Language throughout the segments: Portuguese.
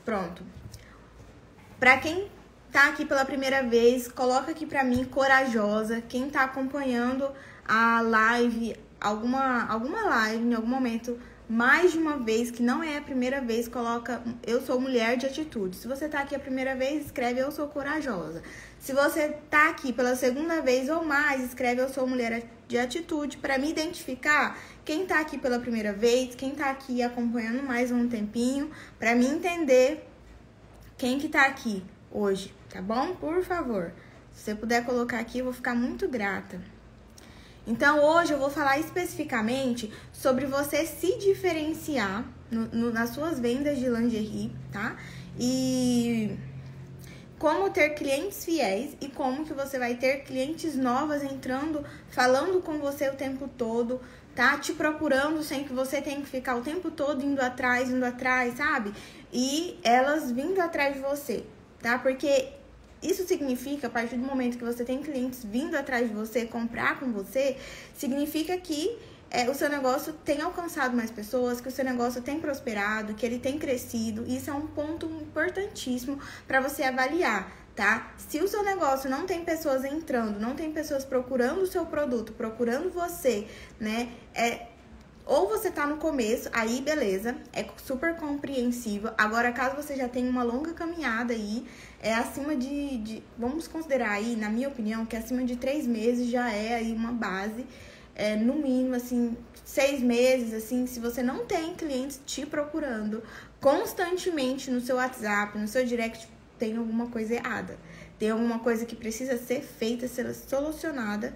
Pronto. Pra quem tá aqui pela primeira vez, coloca aqui pra mim, corajosa. Quem tá acompanhando a live, alguma live em algum momento, mais de uma vez, que não é a primeira vez, coloca eu sou mulher de atitude. Se você tá aqui a primeira vez, escreve eu sou corajosa. Se você tá aqui pela segunda vez ou mais, escreve eu sou mulher de atitude, para me identificar quem tá aqui pela primeira vez, quem tá aqui acompanhando mais um tempinho, para me entender quem que tá aqui hoje, tá bom? Por favor, se você puder colocar aqui, eu vou ficar muito grata. Então, hoje eu vou falar especificamente sobre você se diferenciar nas suas vendas de lingerie, tá? E como ter clientes fiéis e como que você vai ter clientes novas entrando, falando com você o tempo todo, tá? Te procurando sem que você tenha que ficar o tempo todo indo atrás, sabe? E elas vindo atrás de você, tá? Porque isso significa, a partir do momento que você tem clientes vindo atrás de você, comprar com você, significa que o seu negócio tem alcançado mais pessoas, que o seu negócio tem prosperado, que ele tem crescido. Isso é um ponto importantíssimo para você avaliar, tá? Se o seu negócio não tem pessoas entrando, não tem pessoas procurando o seu produto, procurando você, né? Ou você tá no começo, aí beleza, é super compreensível. Agora, caso você já tenha uma longa caminhada aí, acima vamos considerar aí, na minha opinião, que acima de 3 meses já é aí uma base, no mínimo, assim, 6 meses, assim, se você não tem clientes te procurando constantemente no seu WhatsApp, no seu direct, tem alguma coisa errada. Tem alguma coisa que precisa ser feita, ser solucionada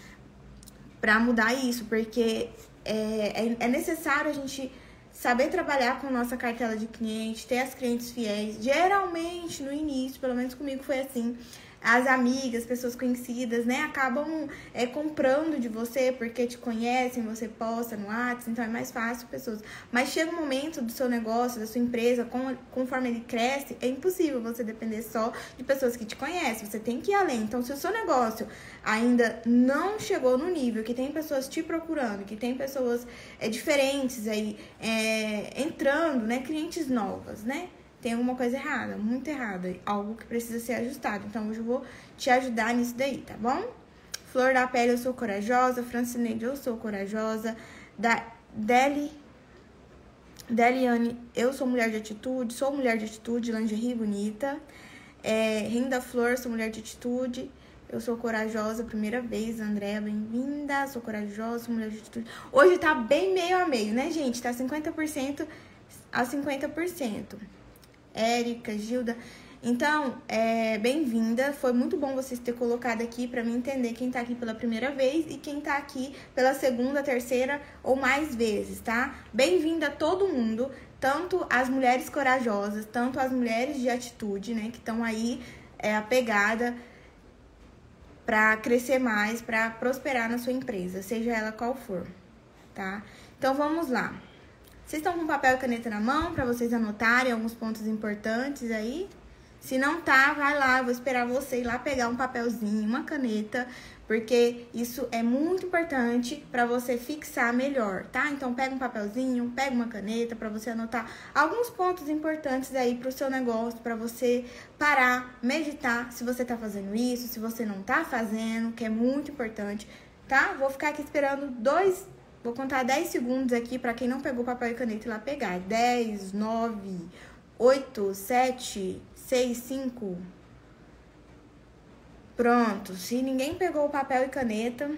pra mudar isso, porque é necessário a gente saber trabalhar com nossa cartela de clientes, ter as clientes fiéis. Geralmente, no início, pelo menos comigo foi assim, as amigas, pessoas conhecidas, né, acabam comprando de você porque te conhecem, você posta no WhatsApp, então é mais fácil pessoas. Mas chega um momento do seu negócio, da sua empresa, conforme ele cresce, é impossível você depender só de pessoas que te conhecem, você tem que ir além. Então, se o seu negócio ainda não chegou no nível que tem pessoas te procurando, que tem pessoas diferentes aí entrando, né, clientes novas, né, tem alguma coisa errada, muito errada, algo que precisa ser ajustado. Então, hoje eu vou te ajudar nisso daí, tá bom? Flor da Pele, eu sou corajosa. Francineide, eu sou corajosa. Deliane, eu sou mulher de atitude, lingerie bonita. Rinda Flor, sou mulher de atitude. Eu sou corajosa, primeira vez, Andréa, bem-vinda. Sou corajosa, sou mulher de atitude. Hoje tá bem meio a meio, né, gente? Tá 50% a 50%. Érica, Gilda. Então, bem-vinda. Foi muito bom vocês terem colocado aqui para mim entender quem tá aqui pela primeira vez e quem tá aqui pela segunda, terceira ou mais vezes, tá? Bem-vinda a todo mundo, tanto as mulheres corajosas, tanto as mulheres de atitude, né, que estão aí apegada para crescer mais, para prosperar na sua empresa, seja ela qual for, tá? Então, vamos lá. Vocês estão com papel e caneta na mão para vocês anotarem alguns pontos importantes aí? Se não tá, vai lá, eu vou esperar você ir lá pegar um papelzinho, uma caneta, porque isso é muito importante para você fixar melhor, tá? Então, pega um papelzinho, pega uma caneta para você anotar alguns pontos importantes aí pro seu negócio, para você parar, meditar se você tá fazendo isso, se você não tá fazendo, que é muito importante, tá? Vou ficar aqui esperando Vou contar 10 segundos aqui para quem não pegou papel e caneta ir lá pegar. 10, 9, 8, 7, 6, 5. Pronto. Se ninguém pegou o papel e caneta,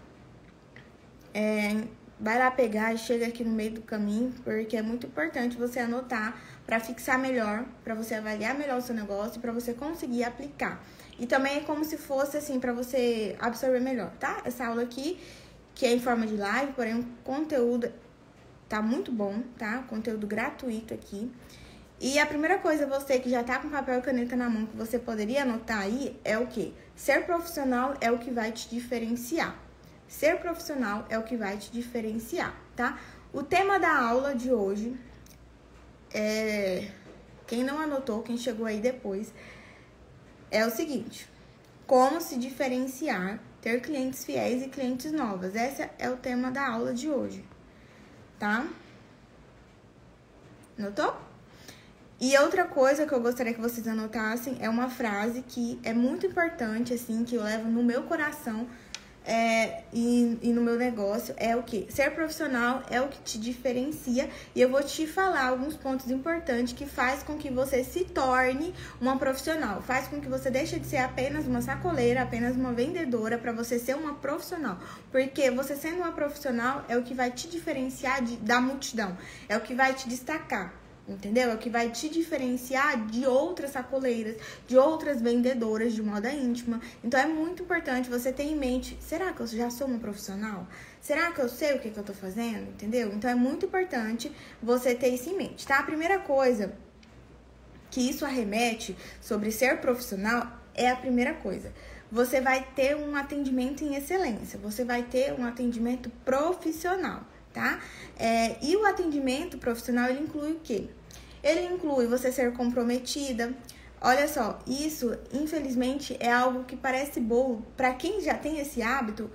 vai lá pegar e chega aqui no meio do caminho, porque é muito importante você anotar para fixar melhor, para você avaliar melhor o seu negócio e para você conseguir aplicar. E também é como se fosse assim, para você absorver melhor, tá? Essa aula aqui, que é em forma de live, porém o conteúdo tá muito bom, tá? Conteúdo gratuito aqui. E a primeira coisa, você que já tá com papel e caneta na mão, que você poderia anotar aí, é o quê? Ser profissional é o que vai te diferenciar. Ser profissional é o que vai te diferenciar, tá? O tema da aula de hoje quem não anotou, quem chegou aí depois, é o seguinte: como se diferenciar, ter clientes fiéis e clientes novas. Esse é o tema da aula de hoje, tá? Notou? E outra coisa que eu gostaria que vocês anotassem é uma frase que é muito importante, assim, que eu levo no meu coração e no meu negócio, é o que? Ser profissional é o que te diferencia, e eu vou te falar alguns pontos importantes que faz com que você se torne uma profissional, faz com que você deixe de ser apenas uma sacoleira, apenas uma vendedora, para você ser uma profissional, porque você sendo uma profissional é o que vai te diferenciar da multidão, é o que vai te destacar. Entendeu? É o que vai te diferenciar de outras sacoleiras, de outras vendedoras de moda íntima. Então é muito importante você ter em mente, será que eu já sou uma profissional? Será que eu sei o que eu tô fazendo? Entendeu? Então é muito importante você ter isso em mente, tá? A primeira coisa que isso arremete sobre ser profissional é a primeira coisa. Você vai ter um atendimento em excelência, você vai ter um atendimento profissional. Tá? E o atendimento profissional, ele inclui o quê? Ele inclui você ser comprometida. Olha só, isso, infelizmente, é algo que parece bobo. Para quem já tem esse hábito,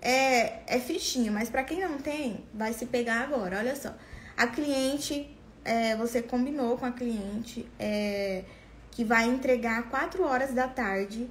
é fichinha, mas para quem não tem, vai se pegar agora. Olha só, a cliente, você combinou com a cliente que vai entregar 4 horas da tarde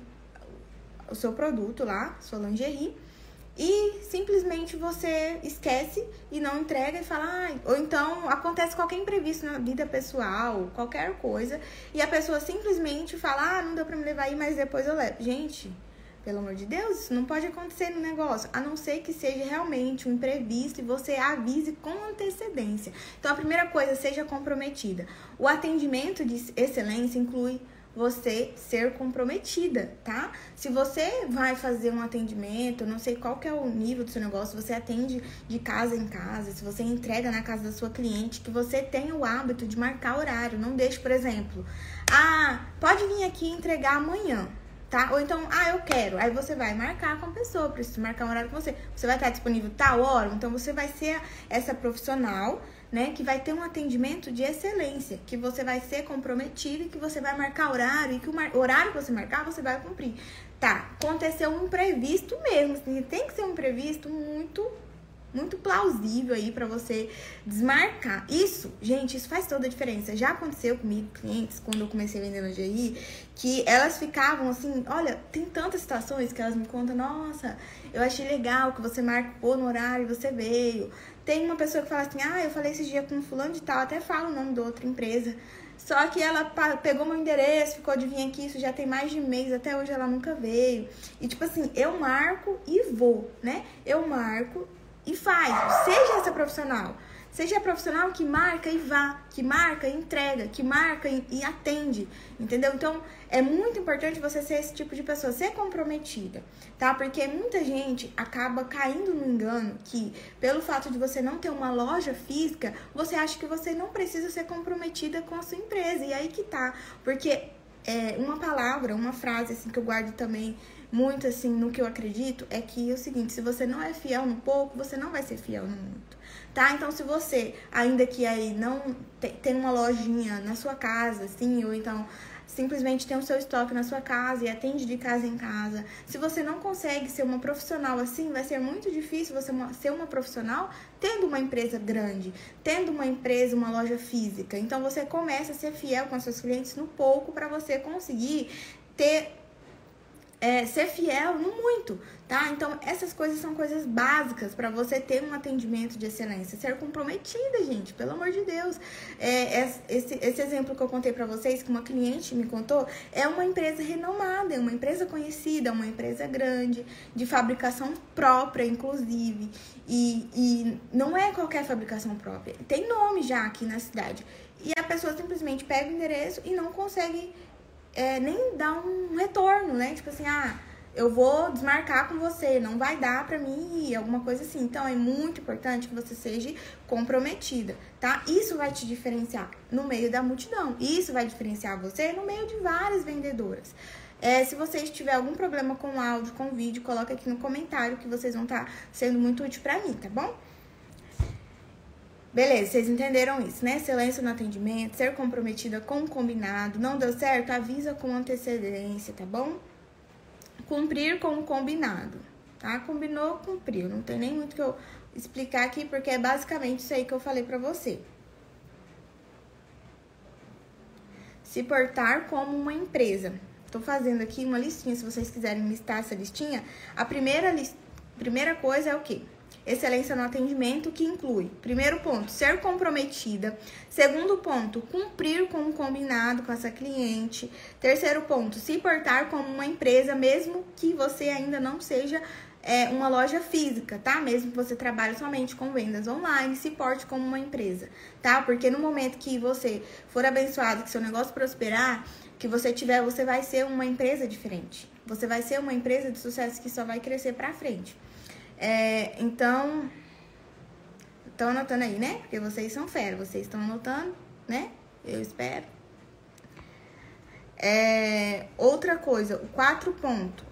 o seu produto lá, sua lingerie, e simplesmente você esquece e não entrega e fala, ou então acontece qualquer imprevisto na vida pessoal, qualquer coisa, e a pessoa simplesmente fala, não deu pra me levar aí, mas depois eu levo. Gente, pelo amor de Deus, isso não pode acontecer no negócio, a não ser que seja realmente um imprevisto e você avise com antecedência. Então, a primeira coisa, seja comprometida. O atendimento de excelência inclui você ser comprometida, tá? Se você vai fazer um atendimento, não sei qual que é o nível do seu negócio, você atende de casa em casa, se você entrega na casa da sua cliente, que você tenha o hábito de marcar horário, não deixe, por exemplo, pode vir aqui entregar amanhã, tá? Ou então, eu quero, aí você vai marcar com a pessoa, preciso marcar um horário com você, você vai estar disponível tal hora, então você vai ser essa profissional, né, que vai ter um atendimento de excelência, que você vai ser comprometido e que você vai marcar horário, e que o horário que você marcar, você vai cumprir. Tá, aconteceu um imprevisto mesmo, assim, tem que ser um imprevisto muito plausível aí pra você desmarcar. Isso, gente, isso faz toda a diferença. Já aconteceu comigo, clientes, quando eu comecei a vender lingerie, que elas ficavam assim, olha, tem tantas situações que elas me contam, nossa, eu achei legal que você marcou no horário e você veio. Tem uma pessoa que fala assim, eu falei esse dia com fulano de tal, até fala o nome da outra empresa, só que ela pegou meu endereço, ficou de vir aqui, isso já tem mais de mês, até hoje ela nunca veio. E tipo assim, eu marco e vou, né? Eu marco e faz, seja essa profissional. Seja a profissional que marca e vá, que marca e entrega, que marca e atende, entendeu? Então, é muito importante você ser esse tipo de pessoa, ser comprometida, tá? Porque muita gente acaba caindo no engano que, pelo fato de você não ter uma loja física, você acha que você não precisa ser comprometida com a sua empresa. E aí que tá, porque uma palavra, uma frase, assim, que eu guardo também muito, assim, no que eu acredito, é que é o seguinte, se você não é fiel no pouco, você não vai ser fiel no muito. Tá? Então, se você, ainda que aí não tem uma lojinha na sua casa, assim, ou então simplesmente tem o seu estoque na sua casa e atende de casa em casa, se você não consegue ser uma profissional assim, vai ser muito difícil você ser uma profissional tendo uma empresa grande, tendo uma empresa, uma loja física. Então, você começa a ser fiel com os seus clientes no pouco para você conseguir ser fiel no muito, tá? Então, essas coisas são coisas básicas para você ter um atendimento de excelência. Ser comprometida, gente, pelo amor de Deus. Esse exemplo que eu contei para vocês, que uma cliente me contou, é uma empresa renomada, é uma empresa conhecida, uma empresa grande, de fabricação própria, inclusive. E não é qualquer fabricação própria. Tem nome já aqui na cidade. E a pessoa simplesmente pega o endereço e não consegue nem dar um retorno, né? Tipo assim, eu vou desmarcar com você, não vai dar pra mim ir, alguma coisa assim. Então, é muito importante que você seja comprometida, tá? Isso vai te diferenciar no meio da multidão. Isso vai diferenciar você no meio de várias vendedoras. Se vocês tiverem algum problema com áudio, com vídeo, coloca aqui no comentário que vocês vão estar sendo muito útil pra mim, tá bom? Beleza, vocês entenderam isso, né? Excelência no atendimento, ser comprometida com o combinado. Não deu certo? Avisa com antecedência, tá bom? Cumprir com o combinado, tá? Combinou, cumpriu. Não tem nem muito que eu explicar aqui, porque é basicamente isso aí que eu falei pra você. Se portar como uma empresa. Tô fazendo aqui uma listinha, se vocês quiserem listar essa listinha. A primeira coisa é o quê? Excelência no atendimento, que inclui, primeiro ponto, ser comprometida. Segundo ponto, cumprir com o combinado com essa cliente. Terceiro ponto, se portar como uma empresa, mesmo que você ainda não seja uma loja física, tá? Mesmo que você trabalhe somente com vendas online, se porte como uma empresa, tá? Porque no momento que você for abençoado, que seu negócio prosperar, que você vai ser uma empresa diferente. Você vai ser uma empresa de sucesso que só vai crescer pra frente. Então, estão anotando aí, né? Porque vocês são fera, vocês estão anotando, né? Eu espero. Outra coisa, o 4 ponto,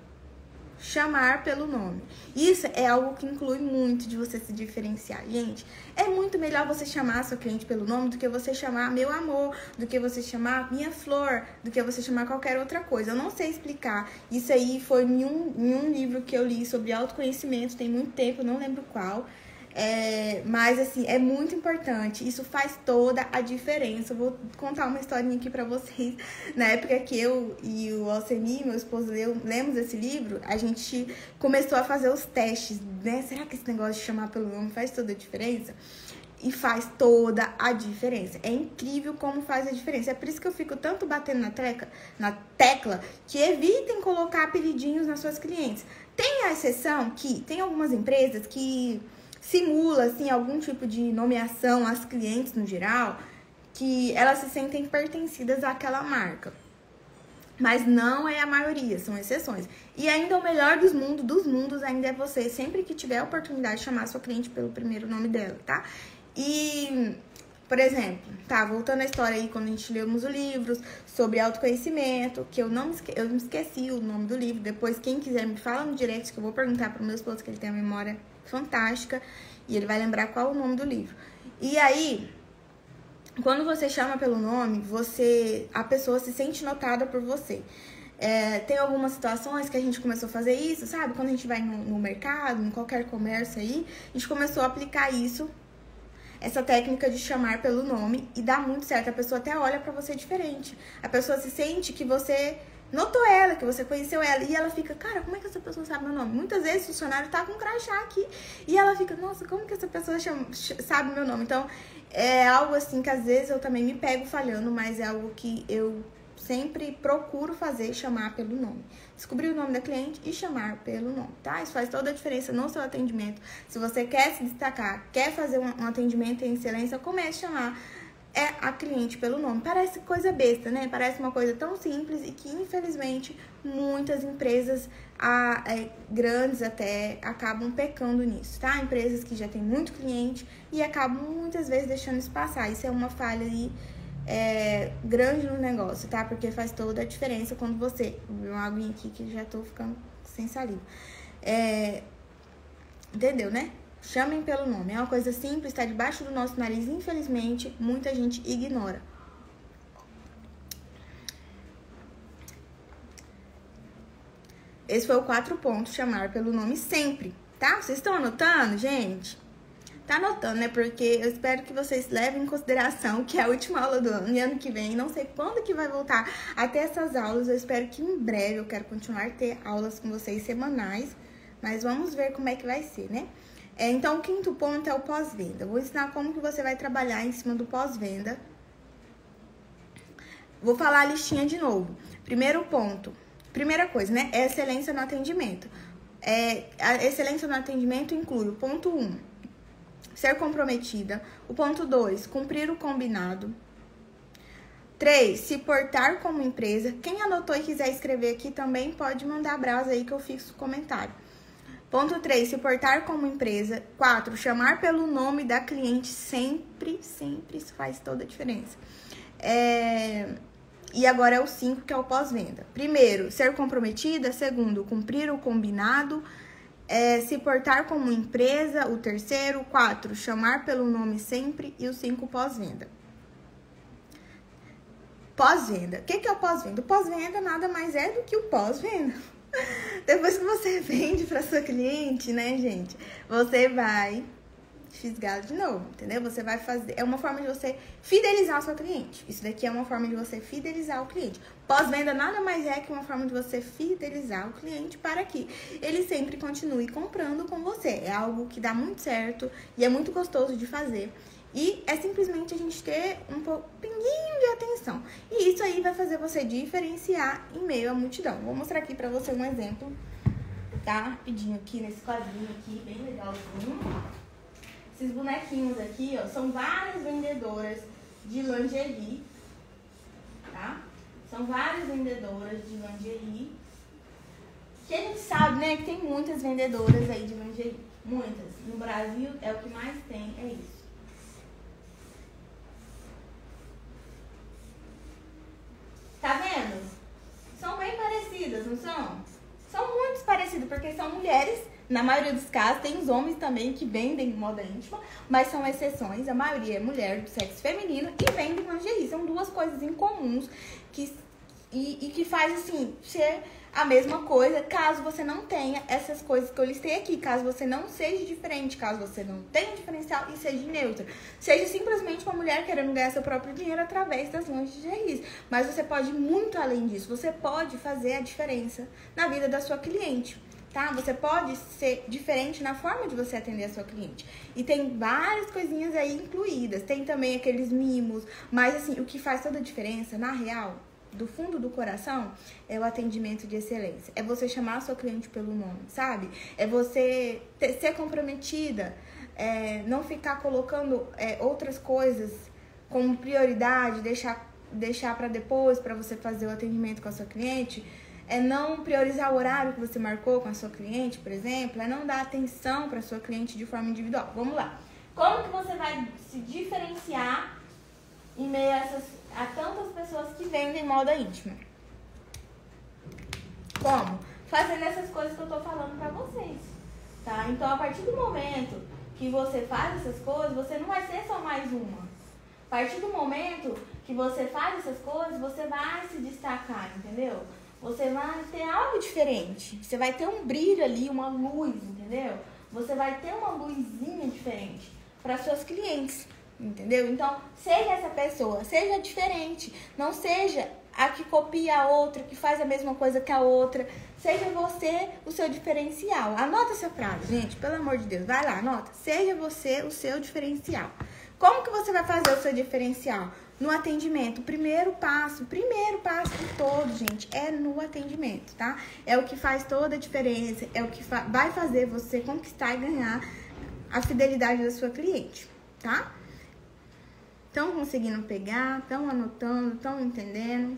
chamar pelo nome. Isso é algo que inclui muito de você se diferenciar. Gente, é muito melhor você chamar a sua cliente pelo nome do que você chamar meu amor, do que você chamar minha flor, do que você chamar qualquer outra coisa. Eu não sei explicar. Isso aí foi em um livro que eu li sobre autoconhecimento, tem muito tempo, eu não lembro qual. Mas assim, é muito importante. Isso faz toda a diferença. Eu vou contar uma historinha aqui pra vocês. Na época que eu e o Alcemir, meu esposo, lemos esse livro, a gente começou a fazer os testes, né? Será que esse negócio de chamar pelo nome faz toda a diferença? E faz toda a diferença. É incrível como faz a diferença. É por isso que eu fico tanto batendo na tecla que evitem colocar apelidinhos nas suas clientes. Tem a exceção que tem algumas empresas que simula, assim, algum tipo de nomeação às clientes no geral, que elas se sentem pertencidas àquela marca. Mas não é a maioria, são exceções. E ainda o melhor dos mundos ainda é você, sempre que tiver a oportunidade, de chamar a sua cliente pelo primeiro nome dela, tá? E, por exemplo, tá, voltando à história aí, quando a gente lemos os livros sobre autoconhecimento, que eu me esqueci o nome do livro, depois quem quiser me fala no direct, que eu vou perguntar pro meu esposo, que ele tem a memória fantástica, e ele vai lembrar qual é o nome do livro. E aí, quando você chama pelo nome, a pessoa se sente notada por você. Tem algumas situações que a gente começou a fazer isso, sabe? Quando a gente vai no mercado, em qualquer comércio aí, a gente começou a aplicar isso, essa técnica de chamar pelo nome, e dá muito certo. A pessoa até olha pra você diferente. A pessoa se sente que você notou ela, que você conheceu ela, e ela fica, cara, como é que essa pessoa sabe meu nome? Muitas vezes o funcionário tá com um crachá aqui, e ela fica, nossa, como que essa pessoa sabe meu nome? Então, é algo assim que às vezes eu também me pego falhando, mas é algo que eu sempre procuro fazer, chamar pelo nome. Descobrir o nome da cliente e chamar pelo nome, tá? Isso faz toda a diferença no seu atendimento. Se você quer se destacar, quer fazer um atendimento em excelência, comece a chamar a cliente pelo nome. Parece coisa besta, né? Parece uma coisa tão simples e que, infelizmente, muitas empresas grandes até acabam pecando nisso, tá? Empresas que já têm muito cliente e acabam muitas vezes deixando isso passar. Isso é uma falha aí grande no negócio, tá? Porque faz toda a diferença quando você... Vou beber uma aguinha aqui que já tô ficando sem saliva. Entendeu, né? Chamem pelo nome. É uma coisa simples, está debaixo do nosso nariz. Infelizmente, muita gente ignora. Esse foi o 4 pontos, chamar pelo nome sempre, tá? Vocês estão anotando, gente? Tá anotando, né? Porque eu espero que vocês levem em consideração que é a última aula do ano. E ano que vem, não sei quando que vai voltar a ter essas aulas. Eu espero que em breve eu quero continuar a ter aulas com vocês semanais. Mas vamos ver como é que vai ser, né? Então, o 5º ponto é o pós-venda. Vou ensinar como que você vai trabalhar em cima do pós-venda. Vou falar a listinha de novo. Primeiro ponto. Primeira coisa, né? É excelência no atendimento. A excelência no atendimento inclui o ponto 1, ser comprometida. O ponto 2, cumprir o combinado. 3, se portar como empresa. Quem anotou e quiser escrever aqui também pode mandar brasa aí que eu fixo o comentário. Ponto 3, se portar como empresa. 4, chamar pelo nome da cliente. Sempre, sempre isso faz toda a diferença. E agora é o 5, que é o pós-venda. Primeiro, ser comprometida. Segundo, cumprir o combinado. Se portar como empresa. O terceiro. 4, chamar pelo nome sempre. E o 5, pós-venda. Pós-venda. O que é o pós-venda? O pós-venda nada mais é do que o pós-venda. Depois que você vende para sua cliente, né, gente? Você vai fisgá-la de novo, entendeu? Você vai fazer, é uma forma de você fidelizar o seu cliente. Isso daqui é uma forma de você fidelizar o cliente. Pós-venda nada mais é que uma forma de você fidelizar o cliente para que ele sempre continue comprando com você. É algo que dá muito certo e é muito gostoso de fazer. E é simplesmente a gente ter um pinguinho de atenção. E isso aí vai fazer você diferenciar em meio à multidão. Vou mostrar aqui pra você um exemplo, tá? Rapidinho aqui, nesse quadrinho aqui, bem legalzinho. Esses bonequinhos aqui, ó, são várias vendedoras de lingerie, tá? São várias vendedoras de lingerie. Que a gente sabe, né, que tem muitas vendedoras aí de lingerie. Muitas. No Brasil, é o que mais tem, é isso. Tá vendo? São bem parecidas, não são? São muito parecidas, porque são mulheres. Na maioria dos casos, tem os homens também que vendem moda íntima, mas são exceções. A maioria é mulher do sexo feminino e vendem lingerie. São duas coisas incomuns que faz, assim, ser a mesma coisa, caso você não tenha essas coisas que eu listei aqui. Caso você não seja diferente, caso você não tenha diferencial e seja neutra. Seja simplesmente uma mulher querendo ganhar seu próprio dinheiro através das lingeries. Mas você pode ir muito além disso. Você pode fazer a diferença na vida da sua cliente. Tá? Você pode ser diferente na forma de você atender a sua cliente. E tem várias coisinhas aí incluídas. Tem também aqueles mimos. Mas, assim, o que faz toda a diferença, na real, do fundo do coração, é o atendimento de excelência. É você chamar a sua cliente pelo nome, sabe? É você ser comprometida. Não ficar colocando outras coisas como prioridade. Deixar para depois, para você fazer o atendimento com a sua cliente. É não priorizar o horário que você marcou com a sua cliente, por exemplo. É não dar atenção para a sua cliente de forma individual. Vamos lá. Como que você vai se diferenciar em meio a tantas pessoas que vendem moda íntima? Como? Fazendo essas coisas que eu tô falando pra vocês, tá? Então, a partir do momento que você faz essas coisas, você não vai ser só mais uma. A partir do momento que você faz essas coisas, você vai se destacar, entendeu? Você vai ter algo diferente. Você vai ter um brilho ali, uma luz, entendeu? Você vai ter uma luzinha diferente para suas clientes, entendeu? Então, seja essa pessoa, seja diferente. Não seja a que copia a outra, que faz a mesma coisa que a outra. Seja você o seu diferencial. Anota essa frase, gente, pelo amor de Deus. Vai lá, anota. Seja você o seu diferencial. Como que você vai fazer o seu diferencial? No atendimento. O primeiro passo de todo, gente, é no atendimento, tá? É o que faz toda a diferença, é o que vai fazer você conquistar e ganhar a fidelidade da sua cliente, tá? Estão conseguindo pegar, estão anotando, estão entendendo?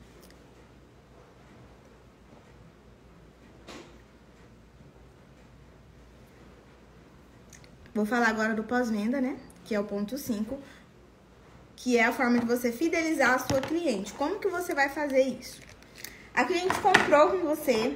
Vou falar agora do pós-venda, né? Que é o ponto 5, que é a forma de você fidelizar a sua cliente. Como que você vai fazer isso? A cliente comprou com você,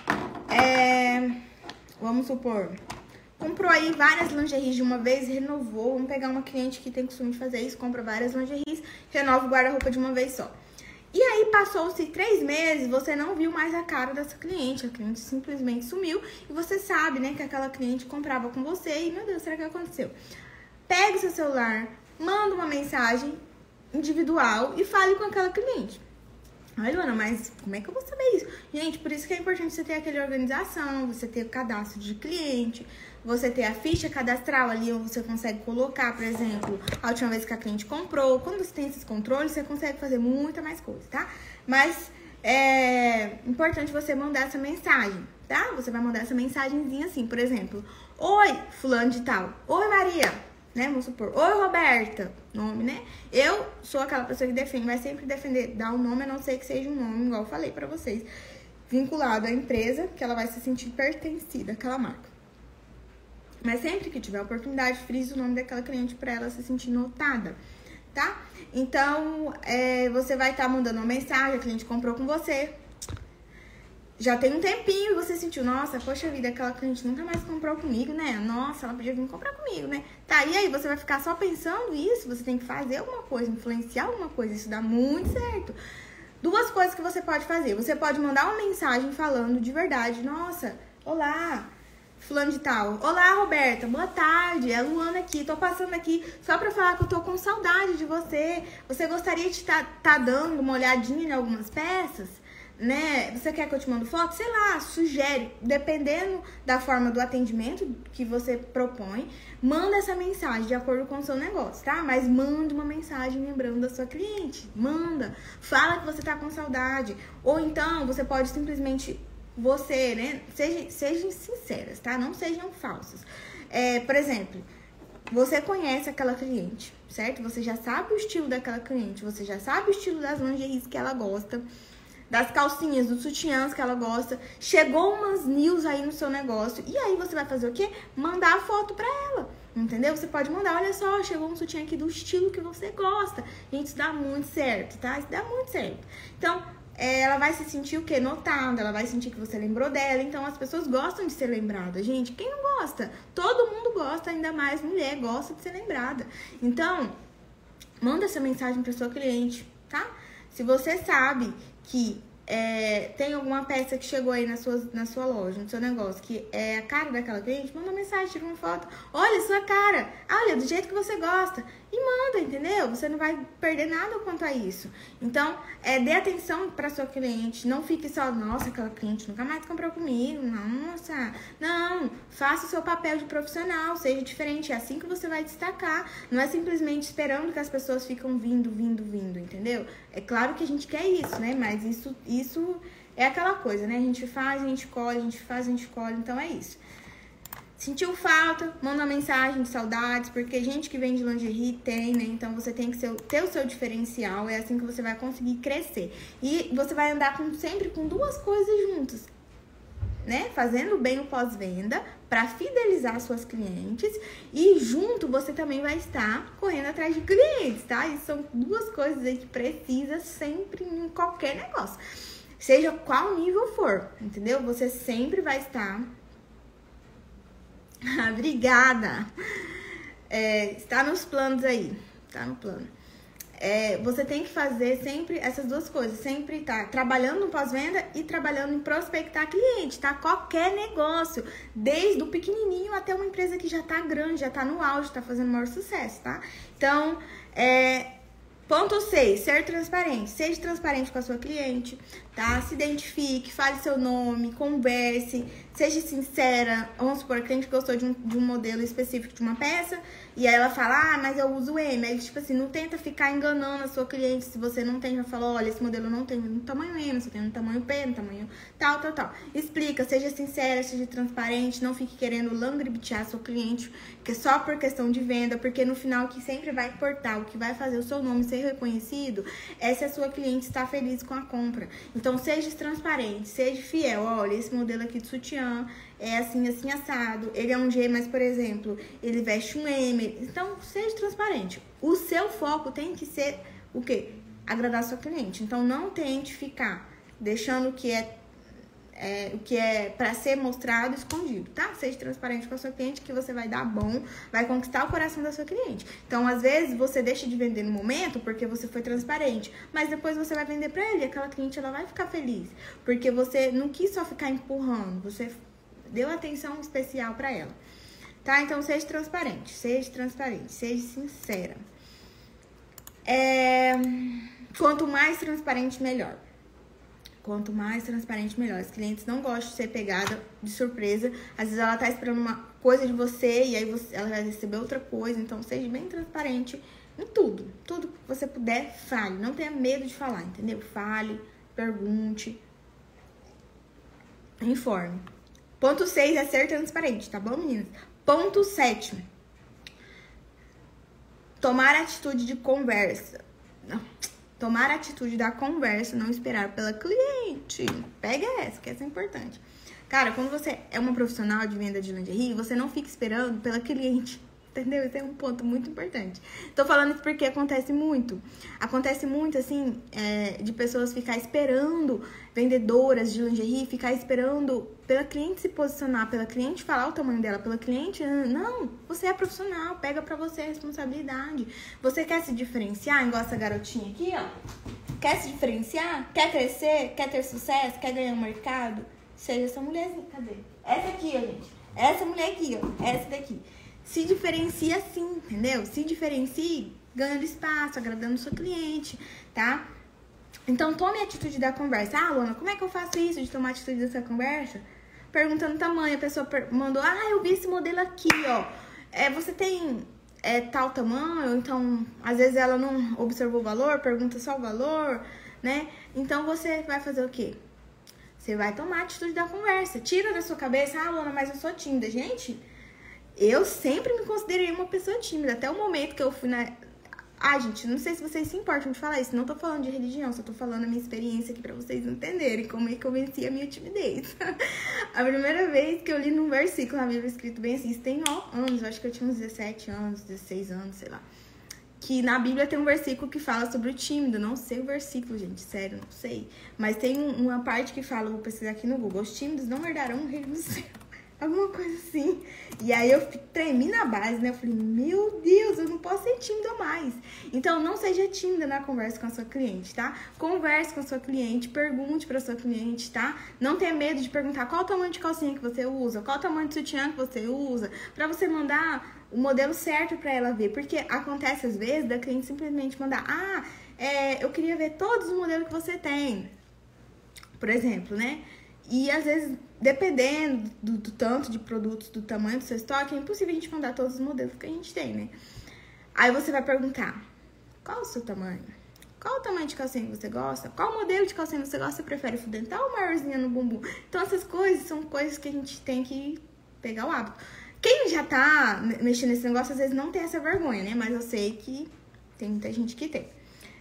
vamos supor, comprou aí várias lingeries de uma vez, renovou. Vamos pegar uma cliente que tem costume de fazer isso, compra várias lingeries, renova o guarda-roupa de uma vez só. E aí passou-se 3 meses, você não viu mais a cara dessa cliente, a cliente simplesmente sumiu e você sabe, né, que aquela cliente comprava com você e, meu Deus, será que aconteceu? Pega o seu celular, manda uma mensagem individual e fale com aquela cliente. Ai, Luana, mas como é que eu vou saber isso? Gente, por isso que é importante você ter aquela organização, você ter o cadastro de cliente, você ter a ficha cadastral ali, onde você consegue colocar, por exemplo, a última vez que a cliente comprou. Quando você tem esses controles, você consegue fazer muita mais coisa, tá? Mas é importante você mandar essa mensagem, tá? Você vai mandar essa mensagenzinha assim, por exemplo, oi, fulano de tal, oi, Maria, né? Vamos supor, oi, Roberta, nome, né? Eu sou aquela pessoa que defende, vai sempre defender, dar um nome, a não ser que seja um nome, igual eu falei pra vocês, vinculado à empresa, que ela vai se sentir pertencida àquela marca. Mas sempre que tiver oportunidade, frise o nome daquela cliente pra ela se sentir notada, tá? Então, você vai estar mandando uma mensagem, a cliente comprou com você, já tem um tempinho e você sentiu, nossa, poxa vida, aquela cliente nunca mais comprou comigo, né? Nossa, ela podia vir comprar comigo, né? Tá, e aí você vai ficar só pensando isso? Você tem que fazer alguma coisa, influenciar alguma coisa, isso dá muito certo. 2 coisas que você pode fazer. Você pode mandar uma mensagem falando de verdade, nossa, olá, fulano de tal. Olá, Roberta, boa tarde, é a Luana aqui, tô passando aqui só pra falar que eu tô com saudade de você. Você gostaria de tá dando uma olhadinha em algumas peças? Né? Você quer que eu te mando foto? Sei lá, sugere, dependendo da forma do atendimento que você propõe, manda essa mensagem de acordo com o seu negócio, tá? Mas manda uma mensagem lembrando da sua cliente, manda, fala que você tá com saudade, ou então você pode simplesmente, você, né, sejam sinceras, tá? Não sejam falsas. Por exemplo, você conhece aquela cliente, certo? Você já sabe o estilo daquela cliente, você já sabe o estilo das lingeries que ela gosta, das calcinhas, dos sutiãs que ela gosta. Chegou umas news aí no seu negócio. E aí você vai fazer o quê? Mandar a foto pra ela. Entendeu? Você pode mandar, olha só, chegou um sutiã aqui do estilo que você gosta. Gente, isso dá muito certo, tá? Isso dá muito certo. Então, ela vai se sentir o quê? Notada. Ela vai sentir que você lembrou dela. Então, as pessoas gostam de ser lembradas. Gente, quem não gosta? Todo mundo gosta, ainda mais mulher gosta de ser lembrada. Então, manda essa mensagem pra sua cliente, tá? Se você sabe que tem alguma peça que chegou aí na sua loja, no seu negócio, que é a cara daquela cliente, manda uma mensagem, tira uma foto. Olha, sua cara. Olha, do jeito que você gosta. E manda, entendeu? Você não vai perder nada quanto a isso. Então, dê atenção pra sua cliente. Não fique só, nossa, aquela cliente nunca mais comprou comigo. Nossa. Não, faça o seu papel de profissional. Seja diferente. É assim que você vai destacar. Não é simplesmente esperando que as pessoas ficam vindo, entendeu? É claro que a gente quer isso, né? Mas isso é aquela coisa, né? A gente faz, a gente colhe, a gente faz, a gente colhe. Então, é isso. Sentiu falta? Manda uma mensagem de saudades, porque gente que vende lingerie tem, né? Então você tem que ter o seu diferencial, é assim que você vai conseguir crescer. E você vai andar sempre com duas coisas juntas, né? Fazendo bem o pós-venda para fidelizar suas clientes e junto você também vai estar correndo atrás de clientes, tá? Isso são duas coisas aí que precisa sempre em qualquer negócio. Seja qual nível for, entendeu? Você sempre vai estar... Obrigada! Está nos planos aí, tá no plano. Você tem que fazer sempre essas duas coisas, sempre tá trabalhando no pós-venda e trabalhando em prospectar cliente, tá? Qualquer negócio, desde o pequenininho até uma empresa que já tá grande, já tá no auge, tá fazendo maior sucesso, tá? Então, ponto 6, ser transparente. Seja transparente com a sua cliente, tá? Se identifique, fale seu nome, converse, seja sincera. Vamos supor, a cliente gostou de um modelo específico de uma peça e aí ela fala, mas eu uso M. Aí, tipo assim, não tenta ficar enganando a sua cliente se você não tem. Já falou, olha, esse modelo não tem no tamanho M, só tem no tamanho P, no tamanho tal. Explica, seja sincera, seja transparente, não fique querendo langribitear a sua cliente, que é só por questão de venda, porque no final o que sempre vai importar, o que vai fazer o seu nome ser reconhecido, é se a sua cliente está feliz com a compra. Então, seja transparente, seja fiel. Olha, esse modelo aqui de sutiã é assim, assim, assado. Ele é um G, mas, por exemplo, ele veste um M. Então, seja transparente. O seu foco tem que ser o quê? Agradar a sua cliente. Então, não tente ficar deixando o que é para ser mostrado escondido, tá? Seja transparente com a sua cliente que você vai dar bom, vai conquistar o coração da sua cliente. Então, às vezes, você deixa de vender no momento porque você foi transparente, mas depois você vai vender pra ele e aquela cliente, ela vai ficar feliz, porque você não quis só ficar empurrando, você deu atenção especial pra ela, tá? Então, seja transparente, seja sincera. Quanto mais transparente, melhor. Quanto mais transparente, melhor. As clientes não gostam de ser pegada de surpresa. Às vezes ela tá esperando uma coisa de você e aí ela vai receber outra coisa. Então, seja bem transparente em tudo. Tudo que você puder, fale. Não tenha medo de falar, entendeu? Fale, pergunte, informe. Ponto 6 é ser transparente, tá bom, meninas? Ponto 7. Tomar atitude de conversa. Não. Tomar a atitude da conversa, não esperar pela cliente. Pega essa, que essa é importante. Cara, quando você é uma profissional de venda de lingerie, você não fica esperando pela cliente. Entendeu? Esse é um ponto muito importante. Tô falando isso porque acontece muito. Acontece muito, assim, de pessoas ficar esperando, vendedoras de lingerie, ficar esperando pela cliente se posicionar, pela cliente falar o tamanho dela, pela cliente... Não, você é profissional, pega pra você a responsabilidade. Você quer se diferenciar, igual essa garotinha aqui, ó? Quer se diferenciar? Quer crescer? Quer ter sucesso? Quer ganhar um mercado? Seja essa mulherzinha, cadê? Essa aqui, ó, gente. Essa mulher aqui, ó, essa daqui. Se diferencia assim, entendeu? Se diferencie ganhando espaço, agradando o seu cliente, tá? Então, tome a atitude da conversa. Ah, Luana, como é que eu faço isso de tomar a atitude dessa conversa? Perguntando o tamanho. A pessoa mandou, eu vi esse modelo aqui, ó. Você tem tal tamanho? Então, às vezes ela não observou o valor, pergunta só o valor, né? Então, você vai fazer o quê? Você vai tomar a atitude da conversa. Tira da sua cabeça, Luana, mas eu sou tímida. Gente, eu sempre me considerei uma pessoa tímida. Até o momento que eu fui na... gente, não sei se vocês se importam de falar isso. Não tô falando de religião, só tô falando a minha experiência aqui pra vocês entenderem como é que eu venci a minha timidez. A primeira vez que eu li num versículo na Bíblia escrito bem assim, isso tem anos, eu acho que eu tinha uns 17 anos, 16 anos, sei lá. Que na Bíblia tem um versículo que fala sobre o tímido. Não sei o versículo, gente, sério, não sei. Mas tem uma parte que fala, vou pesquisar aqui no Google, os tímidos não herdarão o reino do céu. Alguma coisa assim. E aí eu tremi na base, né? Eu falei, meu Deus, eu não posso ser tímida mais. Então, não seja tímida na conversa com a sua cliente, tá? Converse com a sua cliente, pergunte pra sua cliente, tá? Não tenha medo de perguntar qual o tamanho de calcinha que você usa, qual o tamanho de sutiã que você usa, pra você mandar o modelo certo pra ela ver. Porque acontece às vezes da cliente simplesmente mandar, eu queria ver todos os modelos que você tem. Por exemplo, né? E às vezes, dependendo do tanto de produtos, do tamanho do seu estoque, é impossível a gente mandar todos os modelos que a gente tem, né? Aí você vai perguntar, qual o seu tamanho? Qual o tamanho de calcinha que você gosta? Qual modelo de calcinha você gosta? Você prefere fio dental ou maiorzinha no bumbum? Então essas coisas são coisas que a gente tem que pegar o hábito. Quem já tá mexendo nesse negócio, às vezes não tem essa vergonha, né? Mas eu sei que tem muita gente que tem.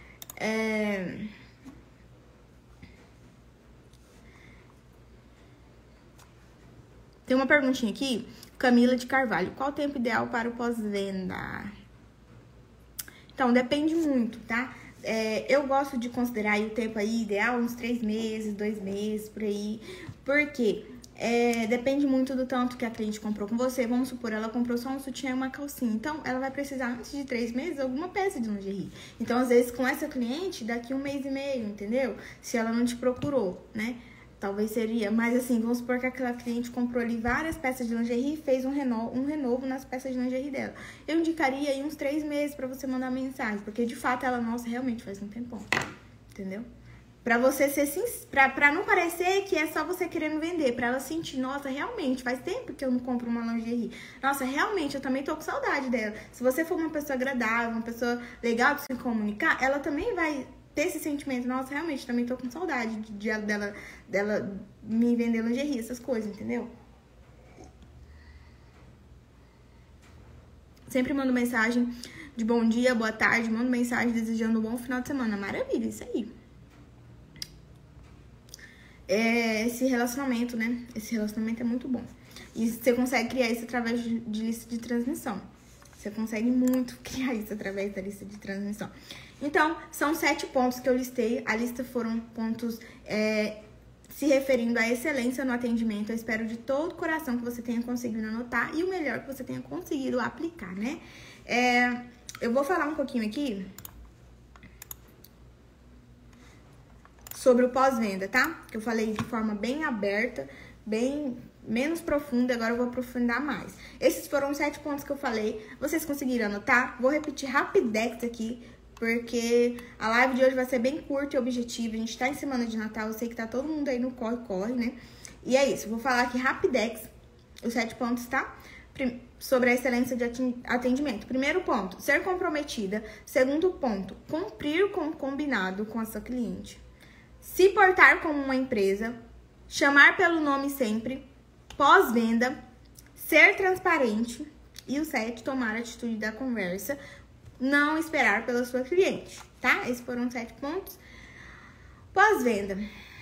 Tem uma perguntinha aqui, Camila de Carvalho. Qual o tempo ideal para o pós-venda? Então, depende muito, tá? Eu gosto de considerar aí o tempo aí ideal, uns 3 meses, 2 meses, por aí. Por quê? Depende muito do tanto que a cliente comprou com você. Vamos supor, ela comprou só um sutiã e uma calcinha. Então, ela vai precisar, antes de 3 meses, alguma peça de lingerie. Então, às vezes, com essa cliente, daqui 1 mês e meio, entendeu? Se ela não te procurou, né? Talvez seria, mas assim, vamos supor que aquela cliente comprou ali várias peças de lingerie e fez um renovo nas peças de lingerie dela. Eu indicaria aí uns 3 meses pra você mandar mensagem, porque de fato ela, nossa, realmente faz um tempão, entendeu? Pra você ser pra não parecer que é só você querendo vender, pra ela sentir, nossa, realmente, faz tempo que eu não compro uma lingerie. Nossa, realmente, eu também tô com saudade dela. Se você for uma pessoa agradável, uma pessoa legal de se comunicar, ela também vai ter esse sentimento, nossa, realmente, também tô com saudade dela me vender lingerie, essas coisas, entendeu? Sempre mando mensagem de bom dia, boa tarde, mando mensagem desejando um bom final de semana. Maravilha, isso aí. Esse relacionamento, né? Esse relacionamento é muito bom. E você consegue criar isso através de lista de transmissão. Você consegue muito criar isso através da lista de transmissão. Então, são 7 pontos que eu listei. A lista foram pontos se referindo à excelência no atendimento. Eu espero de todo o coração que você tenha conseguido anotar e o melhor que você tenha conseguido aplicar, né? Eu vou falar um pouquinho aqui sobre o pós-venda, tá? Que eu falei de forma bem aberta, bem menos profunda, agora eu vou aprofundar mais. Esses foram os 7 pontos que eu falei. Vocês conseguiram anotar? Vou repetir rapidex aqui, porque a live de hoje vai ser bem curta e objetiva. A gente tá em semana de Natal, eu sei que tá todo mundo aí no corre-corre, né? E é isso, vou falar aqui rapidex os 7 pontos, tá? Sobre a excelência de atendimento. Primeiro ponto, ser comprometida. Segundo ponto, cumprir com o combinado com a sua cliente. Se portar como uma empresa. Chamar pelo nome sempre. Pós-venda. Ser transparente. E o 7, tomar a atitude da conversa. Não esperar pela sua cliente, tá? Esses foram 7 pontos. Pós-venda.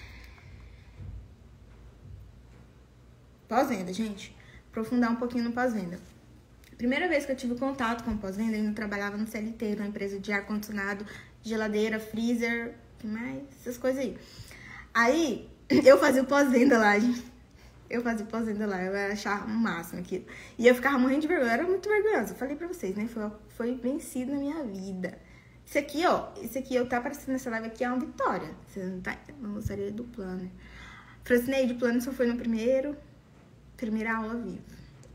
Pós-venda, gente. Aprofundar um pouquinho no pós-venda. Primeira vez que eu tive contato com pós-venda, eu ainda trabalhava no CLT, numa empresa de ar-condicionado, geladeira, freezer, que mais? Essas coisas aí. Aí, eu fazia o pós-venda lá, gente. Eu achava o máximo aquilo. E eu ficava morrendo de vergonha, eu era muito vergonhosa. Eu falei pra vocês, né? Foi vencido na minha vida. Isso aqui, ó, eu tá aparecendo nessa live aqui, é uma vitória. Você não tá, não gostaria do planner. Francineide, o planner só foi no primeiro. Primeira aula ao vivo.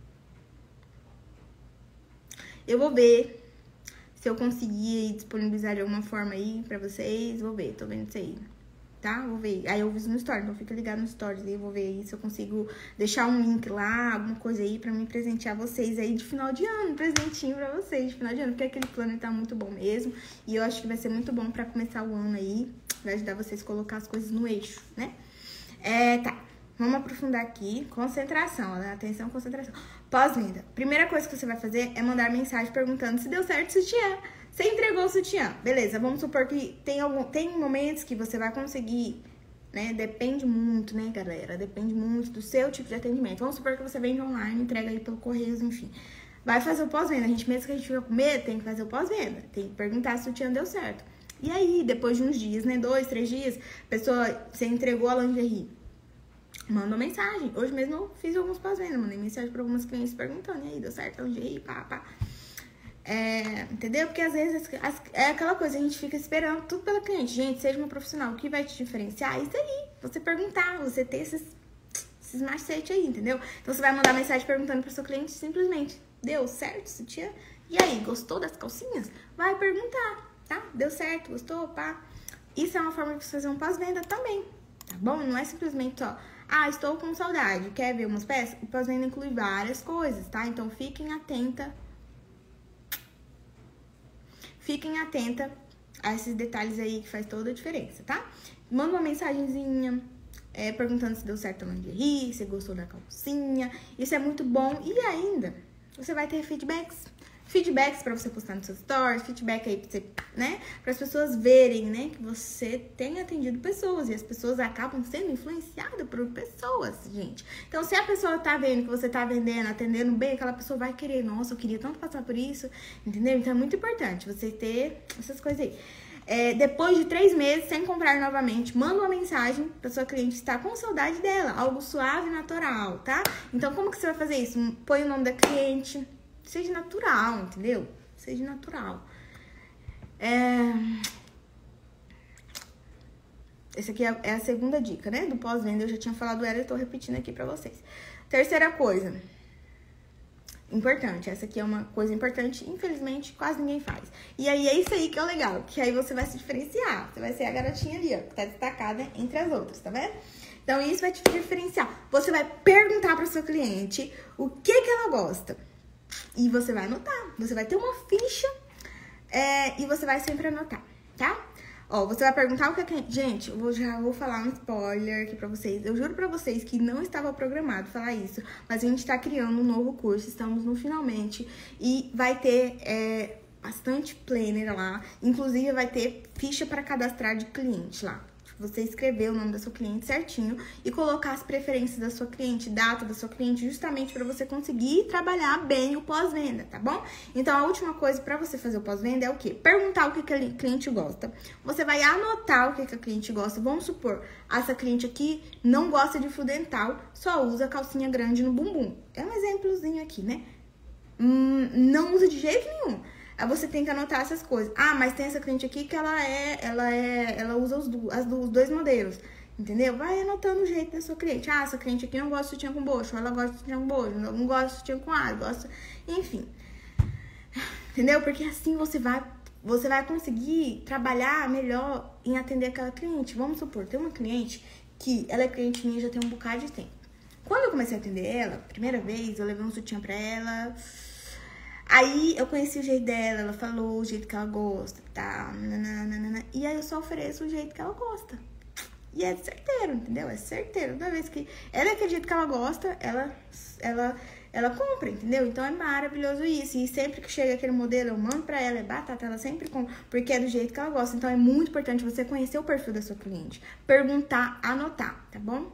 Eu vou ver se eu conseguir disponibilizar de alguma forma aí pra vocês. Vou ver, tô vendo isso aí. Tá? Vou ver. Aí eu aviso no story, então fica ligado no stories aí. Eu vou ver aí se eu consigo deixar um link lá, alguma coisa aí pra me presentear vocês aí de final de ano. Um presentinho pra vocês de final de ano, porque aquele plano tá muito bom mesmo. E eu acho que vai ser muito bom pra começar o ano aí. Vai ajudar vocês a colocar as coisas no eixo, né? Tá. Vamos aprofundar aqui. Concentração, ó, atenção, concentração. Pós-venda. Primeira coisa que você vai fazer é mandar mensagem perguntando se deu certo o sutiã. Você entregou o sutiã. Beleza, vamos supor que tem momentos que você vai conseguir, né? Depende muito, né, galera? Depende muito do seu tipo de atendimento. Vamos supor que você vende online, entrega aí pelo Correios, enfim. Vai fazer o pós-venda. Mesmo que a gente fica com medo, tem que fazer o pós-venda. Tem que perguntar se o sutiã deu certo. E aí, depois de uns dias, né? 2, 3 dias, você entregou a lingerie. Manda uma mensagem. Hoje mesmo eu fiz alguns pós-venda. Mandei mensagem para algumas clientes perguntando. E aí, deu certo a lingerie? Pá. Entendeu? Porque às vezes é aquela coisa, a gente fica esperando tudo pela cliente. Gente, seja uma profissional. O que vai te diferenciar é isso aí. Você perguntar, você ter esses macetes aí, entendeu? Então você vai mandar mensagem perguntando para seu cliente simplesmente: deu certo, sutiã? E aí, gostou das calcinhas? Vai perguntar, tá? Deu certo, gostou, pá? Isso é uma forma de você fazer um pós-venda também, tá bom? Não é simplesmente só: estou com saudade, quer ver umas peças? O pós-venda inclui várias coisas, tá? Então fiquem atenta a esses detalhes aí que faz toda a diferença, tá? Manda uma mensagenzinha perguntando se deu certo a lingerie, se gostou da calcinha. Isso é muito bom. E ainda, você vai ter feedbacks pra você postar nos seus stories, feedback aí pra você, né? Para as pessoas verem, né, que você tem atendido pessoas. E as pessoas acabam sendo influenciadas por pessoas, gente. Então, se a pessoa tá vendo que você tá vendendo, atendendo bem, aquela pessoa vai querer: nossa, eu queria tanto passar por isso, entendeu? Então, é muito importante você ter essas coisas aí. Depois de 3 meses, sem comprar novamente, manda uma mensagem pra sua cliente estar com saudade dela. Algo suave e natural, tá? Então, como que você vai fazer isso? Põe o nome da cliente. Seja natural, entendeu? Seja natural. Essa aqui é a segunda dica, né? Do pós-venda. Eu já tinha falado ela e tô repetindo aqui pra vocês. Terceira coisa. Importante. Essa aqui é uma coisa importante. Infelizmente, quase ninguém faz. E aí, é isso aí que é o legal. Que aí você vai se diferenciar. Você vai ser a garotinha ali, ó, que tá destacada entre as outras, tá vendo? Então, isso vai te diferenciar. Você vai perguntar pra sua cliente o que ela gosta. E você vai anotar. Você vai ter uma ficha e você vai sempre anotar, tá? Ó, você vai perguntar o que a cliente... Gente, já vou falar um spoiler aqui pra vocês. Eu juro pra vocês que não estava programado falar isso. Mas a gente tá criando um novo curso. Estamos no finalmente. E vai ter bastante planner lá. Inclusive, vai ter ficha pra cadastrar de cliente lá. Você escrever o nome da sua cliente certinho e colocar as preferências da sua cliente, data da sua cliente, justamente para você conseguir trabalhar bem o pós-venda, tá bom? Então, a última coisa para você fazer o pós-venda é o quê? Perguntar o que a cliente gosta. Você vai anotar o que a cliente gosta. Vamos supor, essa cliente aqui não gosta de fio dental, só usa calcinha grande no bumbum. É um exemplozinho aqui, né? Não usa de jeito nenhum. Aí você tem que anotar essas coisas. Mas tem essa cliente aqui que ela usa os 2 modelos, entendeu? Vai anotando o jeito da sua cliente. Essa cliente aqui não gosta de sutiã com bocho, ela gosta de sutiã com bocho, não gosta de sutiã com ar, gosta... Enfim, entendeu? Porque assim você vai conseguir trabalhar melhor em atender aquela cliente. Vamos supor, tem uma cliente que ela é cliente minha já tem um bocado de tempo. Quando eu comecei a atender ela, primeira vez, eu levei um sutiã pra ela... Aí eu conheci o jeito dela, ela falou o jeito que ela gosta, tá? E aí eu só ofereço o jeito que ela gosta. E é certeiro, entendeu? É certeiro. Toda vez que ela é do jeito que ela gosta, ela compra, entendeu? Então é maravilhoso isso. E sempre que chega aquele modelo, eu mando pra ela, é batata, ela sempre compra, porque é do jeito que ela gosta. Então é muito importante você conhecer o perfil da sua cliente. Perguntar, anotar, tá bom?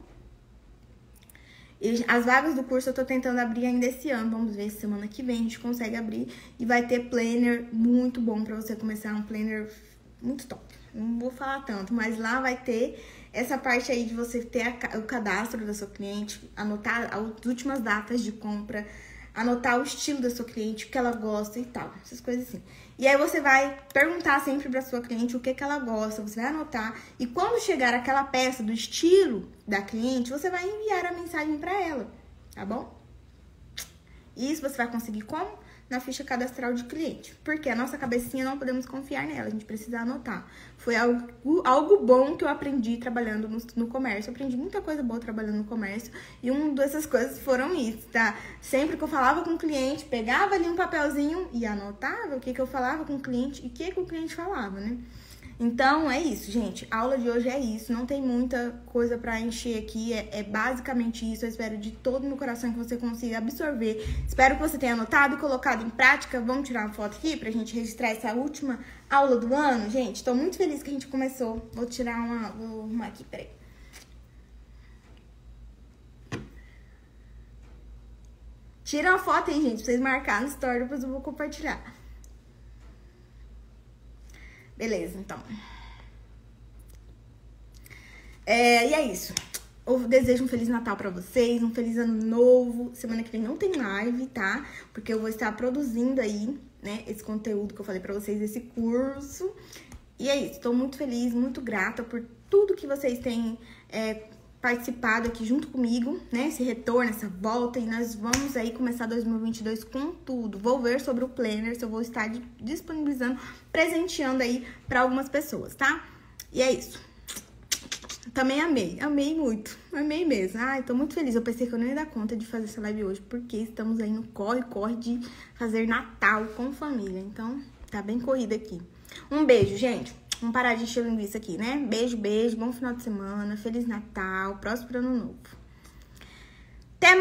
As vagas do curso eu tô tentando abrir ainda esse ano. Vamos ver se semana que vem a gente consegue abrir. E vai ter planner muito bom pra você começar, um planner muito top. Não vou falar tanto, mas lá vai ter essa parte aí de você ter o cadastro da sua cliente, anotar as últimas datas de compra, anotar o estilo da sua cliente, o que ela gosta e tal, essas coisas assim. E aí você vai perguntar sempre pra sua cliente o que ela gosta, você vai anotar. E quando chegar aquela peça do estilo da cliente, você vai enviar a mensagem pra ela. tá bom? Isso você vai conseguir como? Na ficha cadastral de cliente. Porque a nossa cabecinha não podemos confiar nela, a gente precisa anotar. Foi algo bom que eu aprendi trabalhando no comércio. Eu aprendi muita coisa boa trabalhando no comércio. E uma dessas coisas foram isso, tá? Sempre que eu falava com o cliente, pegava ali um papelzinho e anotava o que eu falava com o cliente e o que o cliente falava, né? Então, é isso, gente. A aula de hoje é isso. Não tem muita coisa pra encher aqui. É basicamente isso. Eu espero de todo o meu coração que você consiga absorver. Espero que você tenha anotado e colocado em prática. Vamos tirar uma foto aqui pra gente registrar essa última aula do ano? Gente, tô muito feliz que a gente começou. Vou tirar vou arrumar aqui, peraí. Tira uma foto aí, gente, pra vocês marcarem no story. Depois eu vou compartilhar. Beleza, então. E é isso. Eu desejo um Feliz Natal pra vocês, um Feliz Ano Novo. Semana que vem não tem live, tá? Porque eu vou estar produzindo aí, né, esse conteúdo que eu falei pra vocês, esse curso. E é isso, tô muito feliz, muito grata por tudo que vocês têm participado aqui junto comigo, né? Esse retorno, essa volta. E nós vamos aí começar 2022 com tudo. Vou ver sobre o Planner, se eu vou estar disponibilizando, presenteando aí pra algumas pessoas, tá? E é isso. Também amei muito, amei mesmo. Ai, tô muito feliz. Eu pensei que eu não ia dar conta de fazer essa live hoje, porque estamos aí no corre de fazer Natal com família. Então, tá bem corrida aqui. Um beijo, gente. Vamos parar de encher linguiça aqui, né? Beijo, bom final de semana, Feliz Natal, próspero Ano Novo. Até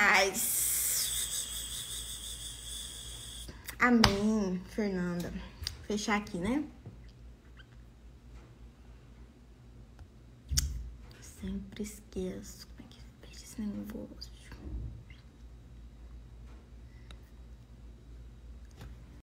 mais! Amém, Fernanda. Vou fechar aqui, né? Sempre esqueço como é que fecha esse negócio.